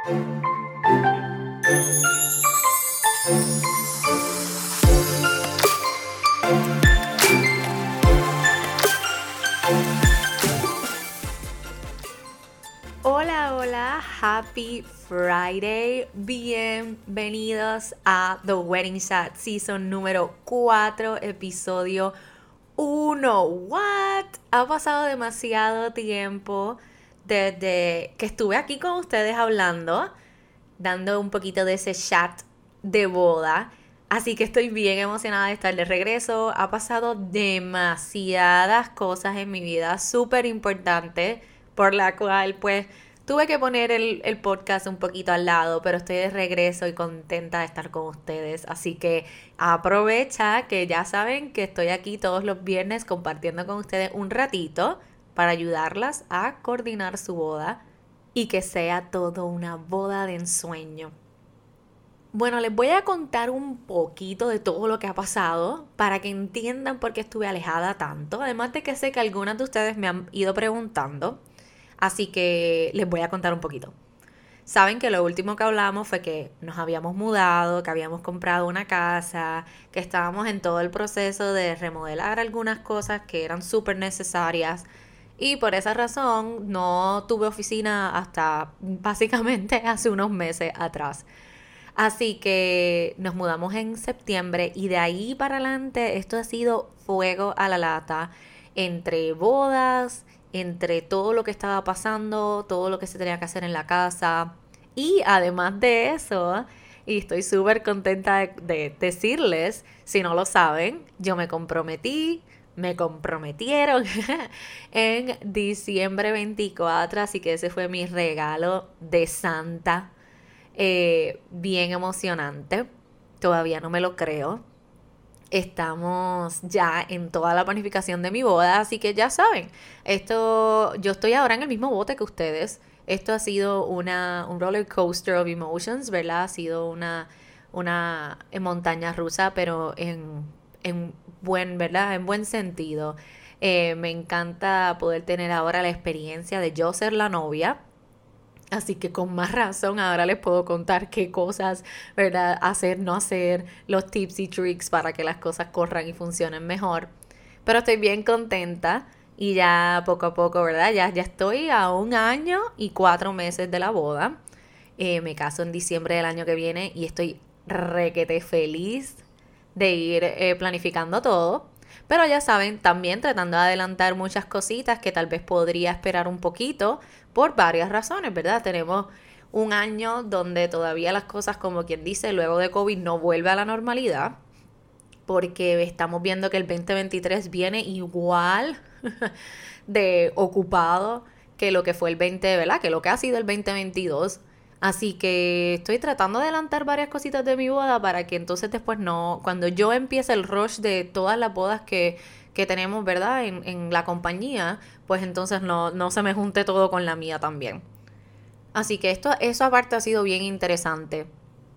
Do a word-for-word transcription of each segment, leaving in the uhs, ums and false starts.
Hola, hola, happy Friday, bienvenidos a The Wedding Chat Season número cuatro, episodio uno. What? Ha pasado demasiado tiempo desde que estuve aquí con ustedes hablando, dando un poquito de ese chat de boda. Así que estoy bien emocionada de estar de regreso. Ha pasado demasiadas cosas en mi vida súper importantes, por la cual pues tuve que poner el, el podcast un poquito al lado, pero estoy de regreso y contenta de estar con ustedes. Así que aprovecha que ya saben que estoy aquí todos los viernes compartiendo con ustedes un ratito para ayudarlas a coordinar su boda y que sea todo una boda de ensueño. Bueno, les voy a contar un poquito de todo lo que ha pasado para que entiendan por qué estuve alejada tanto. Además de que sé que algunas de ustedes me han ido preguntando, así que les voy a contar un poquito. Saben que lo último que hablamos fue que nos habíamos mudado, que habíamos comprado una casa, que estábamos en todo el proceso de remodelar algunas cosas que eran súper necesarias. Y por esa razón no tuve oficina hasta básicamente hace unos meses atrás. Así que nos mudamos en septiembre y de ahí para adelante esto ha sido fuego a la lata, entre bodas, entre todo lo que estaba pasando, todo lo que se tenía que hacer en la casa. Y además de eso, y estoy súper contenta de, de decirles, si no lo saben, yo me comprometí, me comprometieron en diciembre veinticuatro, así que ese fue mi regalo de Santa. Eh, bien emocionante. Todavía no me lo creo. Estamos ya en toda la planificación de mi boda, así que ya saben, esto, yo estoy ahora en el mismo bote que ustedes. Esto ha sido una, un roller coaster of emotions, ¿verdad? Ha sido una, una montaña rusa, pero en, en buen, ¿verdad? En buen sentido. Eh, me encanta poder tener ahora la experiencia de yo ser la novia. Así que con más razón ahora les puedo contar qué cosas, ¿verdad? Hacer, no hacer, los tips y tricks para que las cosas corran y funcionen mejor. Pero estoy bien contenta y ya poco a poco, ¿verdad? Ya, ya estoy a un año y cuatro meses de la boda. Eh, me caso en diciembre del año que viene y estoy requete feliz de ir eh, planificando todo. Pero ya saben, también tratando de adelantar muchas cositas que tal vez podría esperar un poquito por varias razones, ¿verdad? Tenemos un año donde todavía las cosas, como quien dice, luego de COVID no vuelve a la normalidad, porque estamos viendo que el veinte veintitrés viene igual de ocupado que lo que fue el veinte, ¿verdad? Que lo que ha sido el veinte veintidós. Así que estoy tratando de adelantar varias cositas de mi boda para que entonces después no, cuando yo empiece el rush de todas las bodas que, que tenemos, ¿verdad? En, en la compañía, pues entonces no, no se me junte todo con la mía también. Así que esto, eso aparte ha sido bien interesante.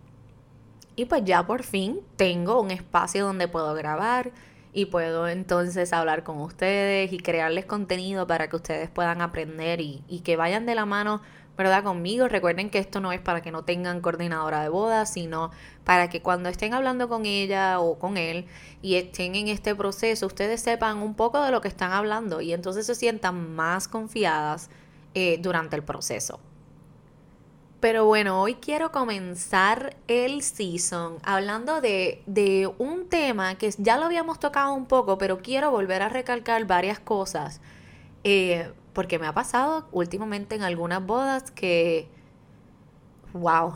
Y pues ya por fin tengo un espacio donde puedo grabar y puedo entonces hablar con ustedes y crearles contenido para que ustedes puedan aprender y, y que vayan de la mano, ¿verdad? Conmigo. Recuerden que esto no es para que no tengan coordinadora de bodas, sino para que cuando estén hablando con ella o con él y estén en este proceso, ustedes sepan un poco de lo que están hablando y entonces se sientan más confiadas eh, durante el proceso. Pero bueno, hoy quiero comenzar el season hablando de, de un tema que ya lo habíamos tocado un poco, pero quiero volver a recalcar varias cosas. Eh, porque me ha pasado últimamente en algunas bodas que, wow.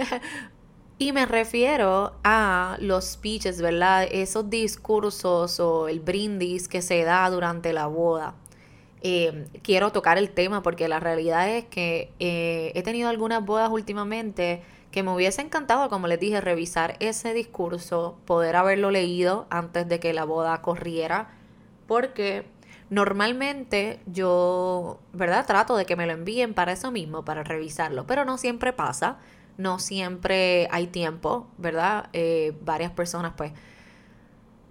Y me refiero a los speeches, ¿verdad? Esos discursos o el brindis que se da durante la boda. Eh, quiero tocar el tema porque la realidad es que eh, he tenido algunas bodas últimamente que me hubiese encantado, como les dije, revisar ese discurso, poder haberlo leído antes de que la boda corriera, porque normalmente yo, ¿verdad? Trato de que me lo envíen para eso mismo, para revisarlo, pero no siempre pasa, no siempre hay tiempo, ¿verdad? Eh, varias personas pues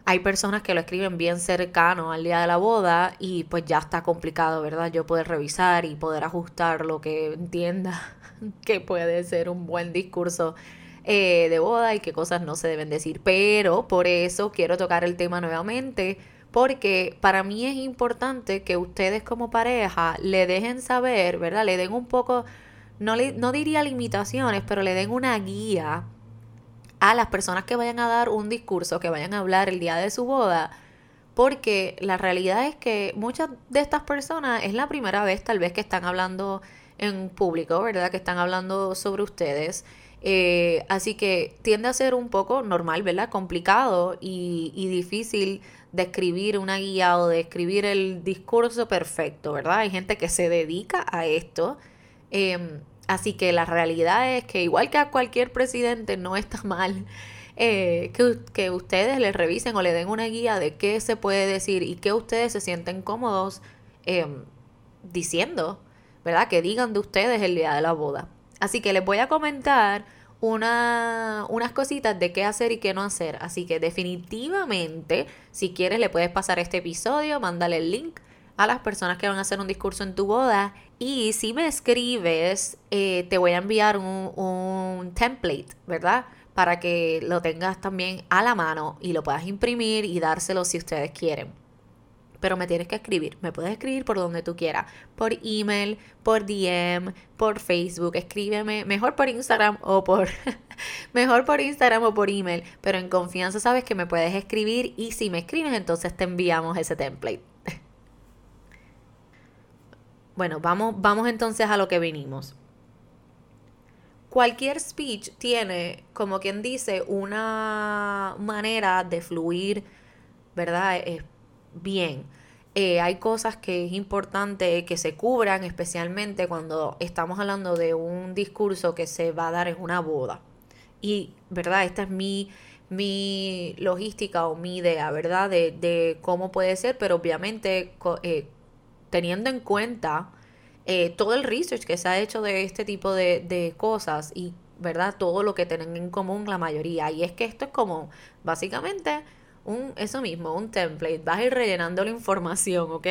hay personas que lo escriben bien cercano al día de la boda y pues ya está complicado, ¿verdad? Yo poder revisar y poder ajustar lo que entienda que puede ser un buen discurso eh, de boda y qué cosas no se deben decir. Pero por eso quiero tocar el tema nuevamente, porque para mí es importante que ustedes como pareja le dejen saber, ¿verdad? Le den un poco, no, le, no diría limitaciones, pero le den una guía a las personas que vayan a dar un discurso, que vayan a hablar el día de su boda, porque la realidad es que muchas de estas personas es la primera vez tal vez que están hablando en público, ¿verdad? Que están hablando sobre ustedes. Eh, así que tiende a ser un poco normal, ¿verdad? Complicado y, y difícil de escribir una guía o de escribir el discurso perfecto, ¿verdad? Hay gente que se dedica a esto. Eh, así que la realidad es que igual que a cualquier presidente no está mal eh, que, que ustedes le revisen o le den una guía de qué se puede decir y qué ustedes se sienten cómodos eh, diciendo, ¿verdad? Que digan de ustedes el día de la boda. Así que les voy a comentar una, unas cositas de qué hacer y qué no hacer. Así que definitivamente, si quieres, le puedes pasar este episodio, mándale el link a las personas que van a hacer un discurso en tu boda. Y si me escribes, eh, te voy a enviar un, un template, ¿verdad? Para que lo tengas también a la mano y lo puedas imprimir y dárselo si ustedes quieren. Pero me tienes que escribir, me puedes escribir por donde tú quieras, por email, por D M, por Facebook, escríbeme, mejor por Instagram o por, mejor por Instagram o por email, pero en confianza sabes que me puedes escribir y si me escribes entonces te enviamos ese template. Bueno, vamos, vamos entonces a lo que vinimos. Cualquier speech tiene, como quien dice, una manera de fluir, ¿verdad? Es bien. Eh, hay cosas que es importante que se cubran, especialmente cuando estamos hablando de un discurso que se va a dar en una boda. Y, ¿verdad? Esta es mi, mi logística o mi idea, ¿verdad? De, de cómo puede ser, pero obviamente eh, teniendo en cuenta eh, todo el research que se ha hecho de este tipo de, de cosas y, ¿verdad? Todo lo que tienen en común la mayoría. Y es que esto es como, básicamente, un, eso mismo, un template. Vas a ir rellenando la información, ¿ok?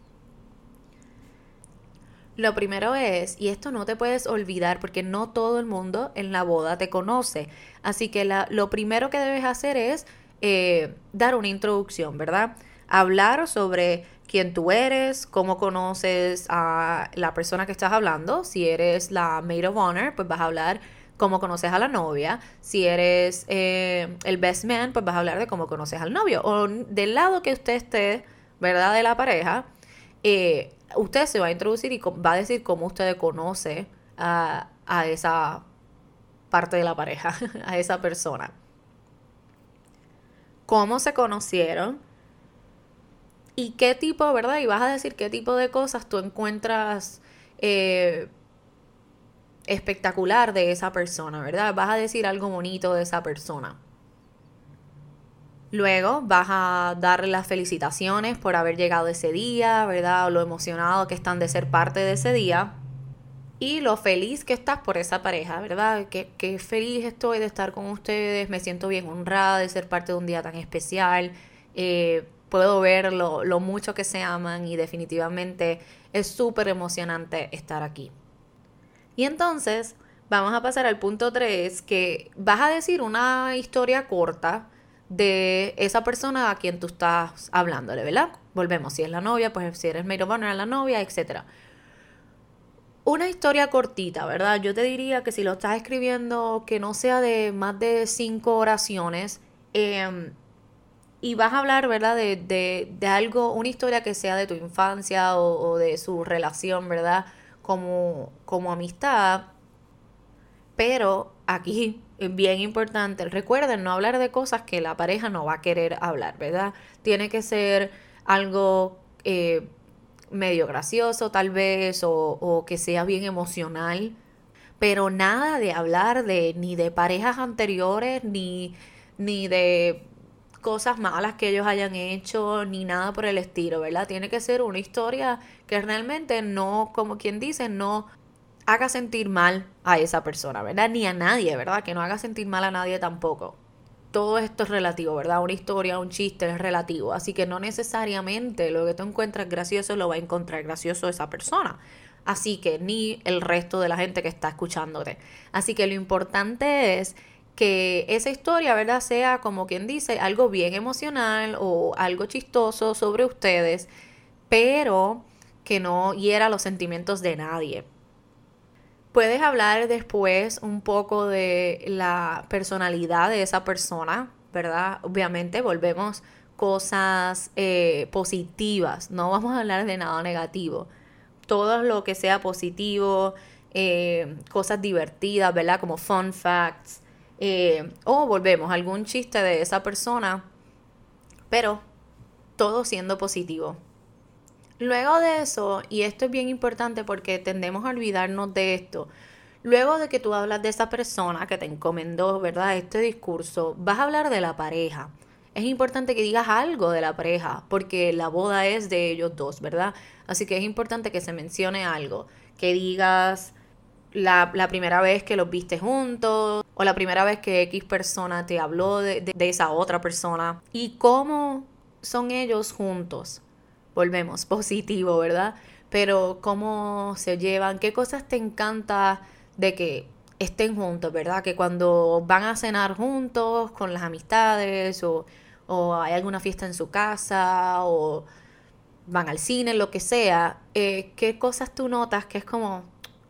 Lo primero es, y esto no te puedes olvidar porque no todo el mundo en la boda te conoce. Así que la, lo primero que debes hacer es eh, dar una introducción, ¿verdad? Hablar sobre quién tú eres, cómo conoces a la persona que estás hablando. Si eres la maid of honor, pues vas a hablar cómo conoces a la novia. Si eres eh, el best man, pues vas a hablar de cómo conoces al novio. O del lado que usted esté, ¿verdad? De la pareja, eh, usted se va a introducir y va a decir cómo usted conoce a, a esa parte de la pareja, a esa persona. Cómo se conocieron y qué tipo, ¿verdad? Y vas a decir qué tipo de cosas tú encuentras eh, espectacular de esa persona, ¿verdad? Vas a decir algo bonito de esa persona. Luego vas a darle las felicitaciones por haber llegado ese día, ¿verdad? O lo emocionado que están de ser parte de ese día. Y lo feliz que estás por esa pareja, ¿verdad? Qué, qué feliz estoy de estar con ustedes, me siento bien honrada de ser parte de un día tan especial. Eh, puedo ver lo, lo mucho que se aman y definitivamente es súper emocionante estar aquí. Y entonces vamos a pasar al punto tres, que vas a decir una historia corta de esa persona a quien tú estás hablándole, ¿verdad? Volvemos, si es la novia, pues si eres maid of honor a la novia, etcétera. Una historia cortita, ¿verdad? Yo te diría que si lo estás escribiendo, que no sea de más de cinco oraciones, eh, y vas a hablar, ¿verdad? De, de, de algo, una historia que sea de tu infancia o, o de su relación, ¿verdad? Como, como amistad. Pero aquí es bien importante, recuerden no hablar de cosas que la pareja no va a querer hablar, ¿verdad? Tiene que ser algo eh, medio gracioso tal vez o, o que sea bien emocional, pero nada de hablar de ni de parejas anteriores ni, ni de cosas malas que ellos hayan hecho ni nada por el estilo, ¿verdad? Tiene que ser una historia que realmente no, como quien dice, no haga sentir mal a esa persona, ¿verdad? Ni a nadie, ¿verdad? Que no haga sentir mal a nadie tampoco. todo esto es relativo, ¿verdad? Una historia, un chiste es relativo. Así que no necesariamente lo que tú encuentras gracioso lo va a encontrar gracioso esa persona. Así que ni el resto de la gente que está escuchándote. Así que lo importante es que esa historia, ¿verdad? Sea, como quien dice, algo bien emocional o algo chistoso sobre ustedes, pero que no hiera los sentimientos de nadie. Puedes hablar después un poco de la personalidad de esa persona, ¿verdad? Obviamente volvemos cosas eh, positivas, no vamos a hablar de nada negativo. Todo lo que sea positivo, eh, cosas divertidas, ¿verdad? Como fun facts. Eh, o volvemos a algún chiste de esa persona, pero todo siendo positivo. Luego de eso, y esto es bien importante porque tendemos a olvidarnos de esto, luego de que tú hablas de esa persona que te encomendó, ¿verdad? Este discurso, vas a hablar de la pareja. Es importante que digas algo de la pareja, porque la boda es de ellos dos, ¿verdad? Así que es importante que se mencione algo, que digas la, la primera vez que los viste juntos, o la primera vez que X persona te habló de, de, de esa otra persona, y cómo son ellos juntos. Volvemos, positivo, ¿verdad? Pero cómo se llevan, qué cosas te encanta de que estén juntos, ¿verdad? Que cuando van a cenar juntos con las amistades o, o hay alguna fiesta en su casa o van al cine, lo que sea, eh, qué cosas tú notas que es como,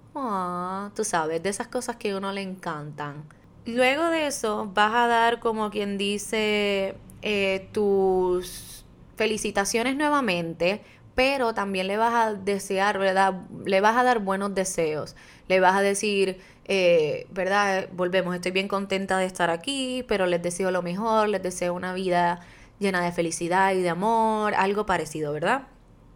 ah, tú sabes, de esas cosas que a uno le encantan. Luego de eso vas a dar como quien dice eh, tus felicitaciones nuevamente, pero también le vas a desear, ¿verdad? Le vas a dar buenos deseos. Le vas a decir, eh, ¿verdad? Volvemos, estoy bien contenta de estar aquí, pero les deseo lo mejor, les deseo una vida llena de felicidad y de amor, algo parecido, ¿verdad?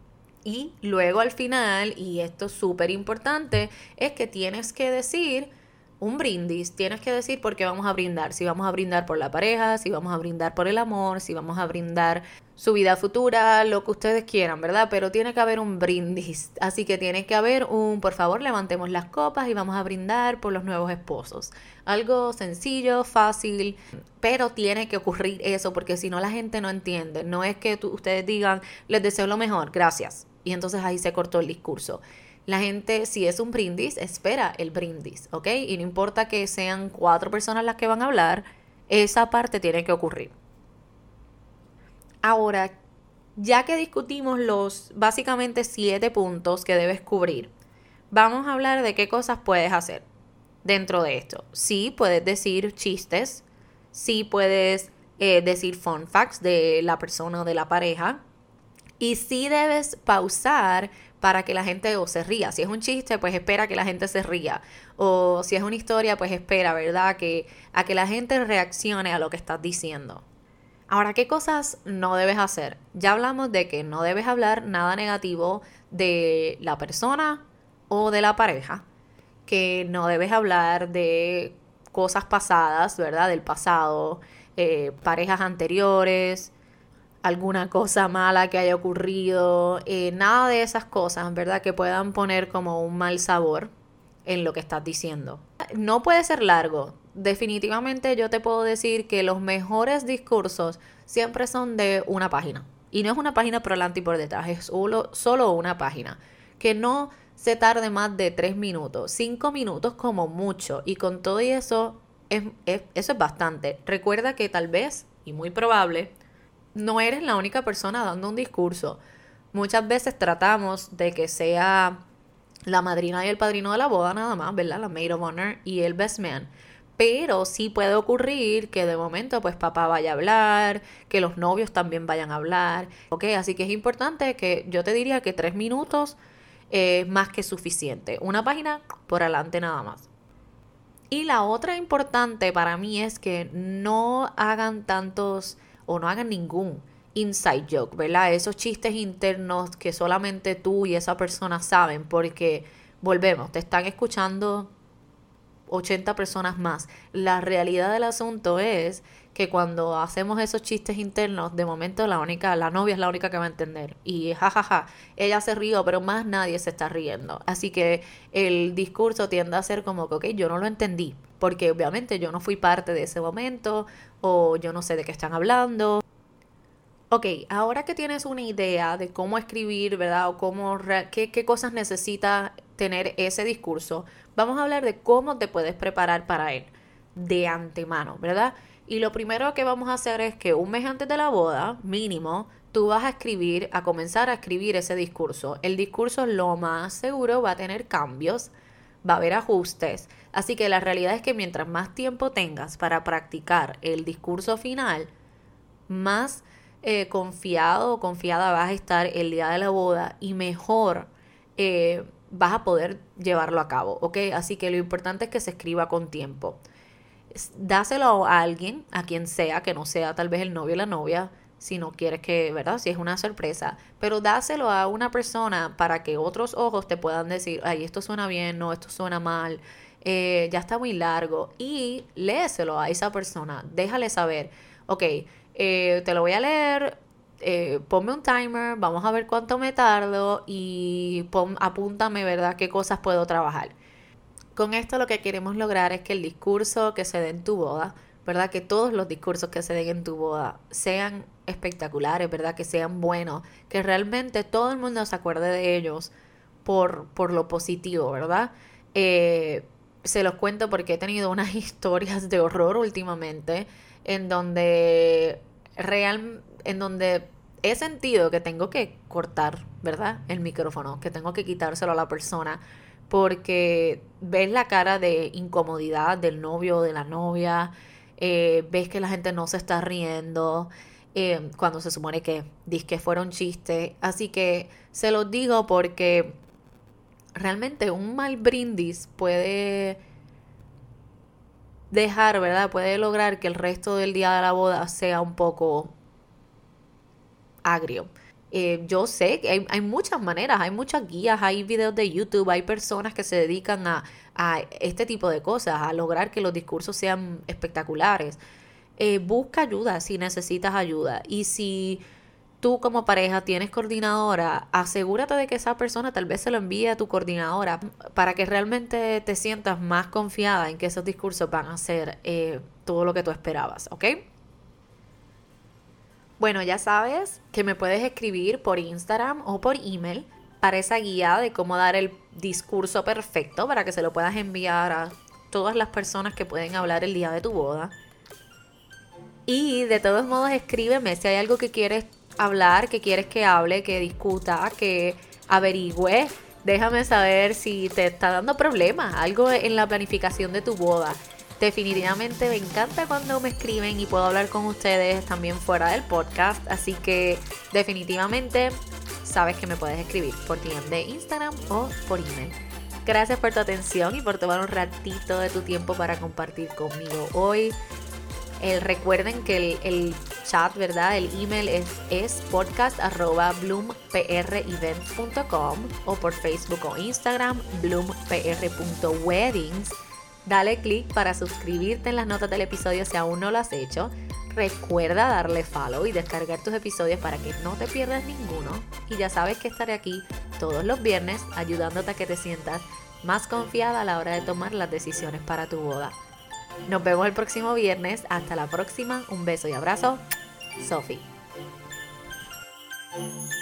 Y luego al final, y esto es súper importante, es que tienes que decir un brindis, tienes que decir por qué vamos a brindar, si vamos a brindar por la pareja, si vamos a brindar por el amor, si vamos a brindar su vida futura, lo que ustedes quieran, ¿verdad? Pero tiene que haber un brindis, así que tiene que haber un, por favor, levantemos las copas y vamos a brindar por los nuevos esposos. Algo sencillo, fácil, pero tiene que ocurrir eso, porque si no la gente no entiende. No es que tú, ustedes digan, les deseo lo mejor, gracias, y entonces ahí se cortó el discurso. La gente, si es un brindis, espera el brindis, ¿ok? Y no importa que sean cuatro personas las que van a hablar, esa parte tiene que ocurrir. Ahora, ya que discutimos los básicamente siete puntos que debes cubrir, vamos a hablar de qué cosas puedes hacer dentro de esto. Sí, puedes decir chistes, sí puedes eh, decir fun facts de la persona o de la pareja, y sí debes pausar para que la gente o se ría. Si es un chiste, pues espera que la gente se ría. O si es una historia, pues espera, ¿verdad? Que, a que la gente reaccione a lo que estás diciendo. Ahora, ¿qué cosas no debes hacer? Ya hablamos de que no debes hablar nada negativo de la persona o de la pareja. Que no debes hablar de cosas pasadas, ¿verdad? Del pasado, eh, parejas anteriores, alguna cosa mala que haya ocurrido, eh, nada de esas cosas, ¿verdad? Que puedan poner como un mal sabor en lo que estás diciendo. No puede ser largo. Definitivamente yo te puedo decir que los mejores discursos siempre son de una página. Y no es una página por delante y por detrás, es solo, solo una página. Que no se tarde más de tres minutos, cinco minutos como mucho. Y con todo y eso, es, es, eso es bastante. Recuerda que tal vez, y muy probable, no eres la única persona dando un discurso. Muchas veces tratamos de que sea la madrina y el padrino de la boda nada más, ¿verdad? La maid of honor y el best man. Pero sí puede ocurrir que de momento pues papá vaya a hablar, que los novios también vayan a hablar. Ok, así que es importante que yo te diría que tres minutos es más que suficiente. Una página por adelante nada más. Y la otra importante para mí es que no hagan tantos o no hagan ningún inside joke, ¿verdad? Esos chistes internos que solamente tú y esa persona saben, porque volvemos, te están escuchando ochenta personas más. La realidad del asunto es que cuando hacemos esos chistes internos, de momento la única, la novia es la única que va a entender. Y jajaja, ja, ja, ella se rió, pero más nadie se está riendo. Así que el discurso tiende a ser como que, ok, yo no lo entendí, porque obviamente yo no fui parte de ese momento, o yo no sé de qué están hablando. Ok, ahora que tienes una idea de cómo escribir, ¿verdad? O cómo, qué, qué cosas necesita tener ese discurso, vamos a hablar de cómo te puedes preparar para él de antemano, ¿verdad? Y lo primero que vamos a hacer es que un mes antes de la boda, mínimo, tú vas a escribir, a comenzar a escribir ese discurso. El discurso lo más seguro va a tener cambios, va a haber ajustes. Así que la realidad es que mientras más tiempo tengas para practicar el discurso final, más eh, confiado o confiada vas a estar el día de la boda y mejor eh, vas a poder llevarlo a cabo, ¿ok? Así que lo importante es que se escriba con tiempo. Dáselo a alguien, a quien sea, que no sea tal vez el novio o la novia, si no quieres que, ¿verdad? Si es una sorpresa, pero dáselo a una persona para que otros ojos te puedan decir, ay, esto suena bien, no, esto suena mal, eh, ya está muy largo, y léeselo a esa persona, déjale saber, ok, eh, te lo voy a leer, eh, ponme un timer, vamos a ver cuánto me tardo y pon, apúntame, ¿verdad?, qué cosas puedo trabajar. Con esto lo que queremos lograr es que el discurso que se dé en tu boda, ¿verdad?, que todos los discursos que se den en tu boda sean espectaculares, ¿verdad?, que sean buenos, que realmente todo el mundo se acuerde de ellos por, por lo positivo, ¿verdad? Eh, se los cuento porque he tenido unas historias de horror últimamente en donde real, en donde he sentido que tengo que cortar, ¿verdad?, el micrófono, que tengo que quitárselo a la persona, porque ves la cara de incomodidad del novio o de la novia, eh, ves que la gente no se está riendo, eh, cuando se supone que dizque fuera un chiste. Así que se los digo porque realmente un mal brindis puede dejar, ¿verdad? Puede lograr que el resto del día de la boda sea un poco agrio. Eh, yo sé que hay, hay muchas maneras, hay muchas guías, hay videos de YouTube, hay personas que se dedican a, a este tipo de cosas, a lograr que los discursos sean espectaculares. Eh, busca ayuda si necesitas ayuda. Y si tú como pareja tienes coordinadora, asegúrate de que esa persona tal vez se lo envíe a tu coordinadora para que realmente te sientas más confiada en que esos discursos van a ser eh, todo lo que tú esperabas, ¿ok? Bueno, ya sabes que me puedes escribir por Instagram o por email para esa guía de cómo dar el discurso perfecto para que se lo puedas enviar a todas las personas que pueden hablar el día de tu boda. Y de todos modos escríbeme si hay algo que quieres hablar, que quieres que hable, que discuta, que averigüe. Déjame saber si te está dando problemas, algo en la planificación de tu boda. Definitivamente me encanta cuando me escriben y puedo hablar con ustedes también fuera del podcast. Así que definitivamente sabes que me puedes escribir por D M de Instagram o por email. Gracias por tu atención y por tomar un ratito de tu tiempo para compartir conmigo hoy. Eh, recuerden que el, el chat, ¿verdad? El email es, es podcast arroba bloom p r events punto com o por Facebook o Instagram bloom p r punto weddings. Dale click para suscribirte en las notas del episodio si aún no lo has hecho. Recuerda darle follow y descargar tus episodios para que no te pierdas ninguno. Y ya sabes que estaré aquí todos los viernes ayudándote a que te sientas más confiada a la hora de tomar las decisiones para tu boda. Nos vemos el próximo viernes. Hasta la próxima. Un beso y abrazo. Sophie.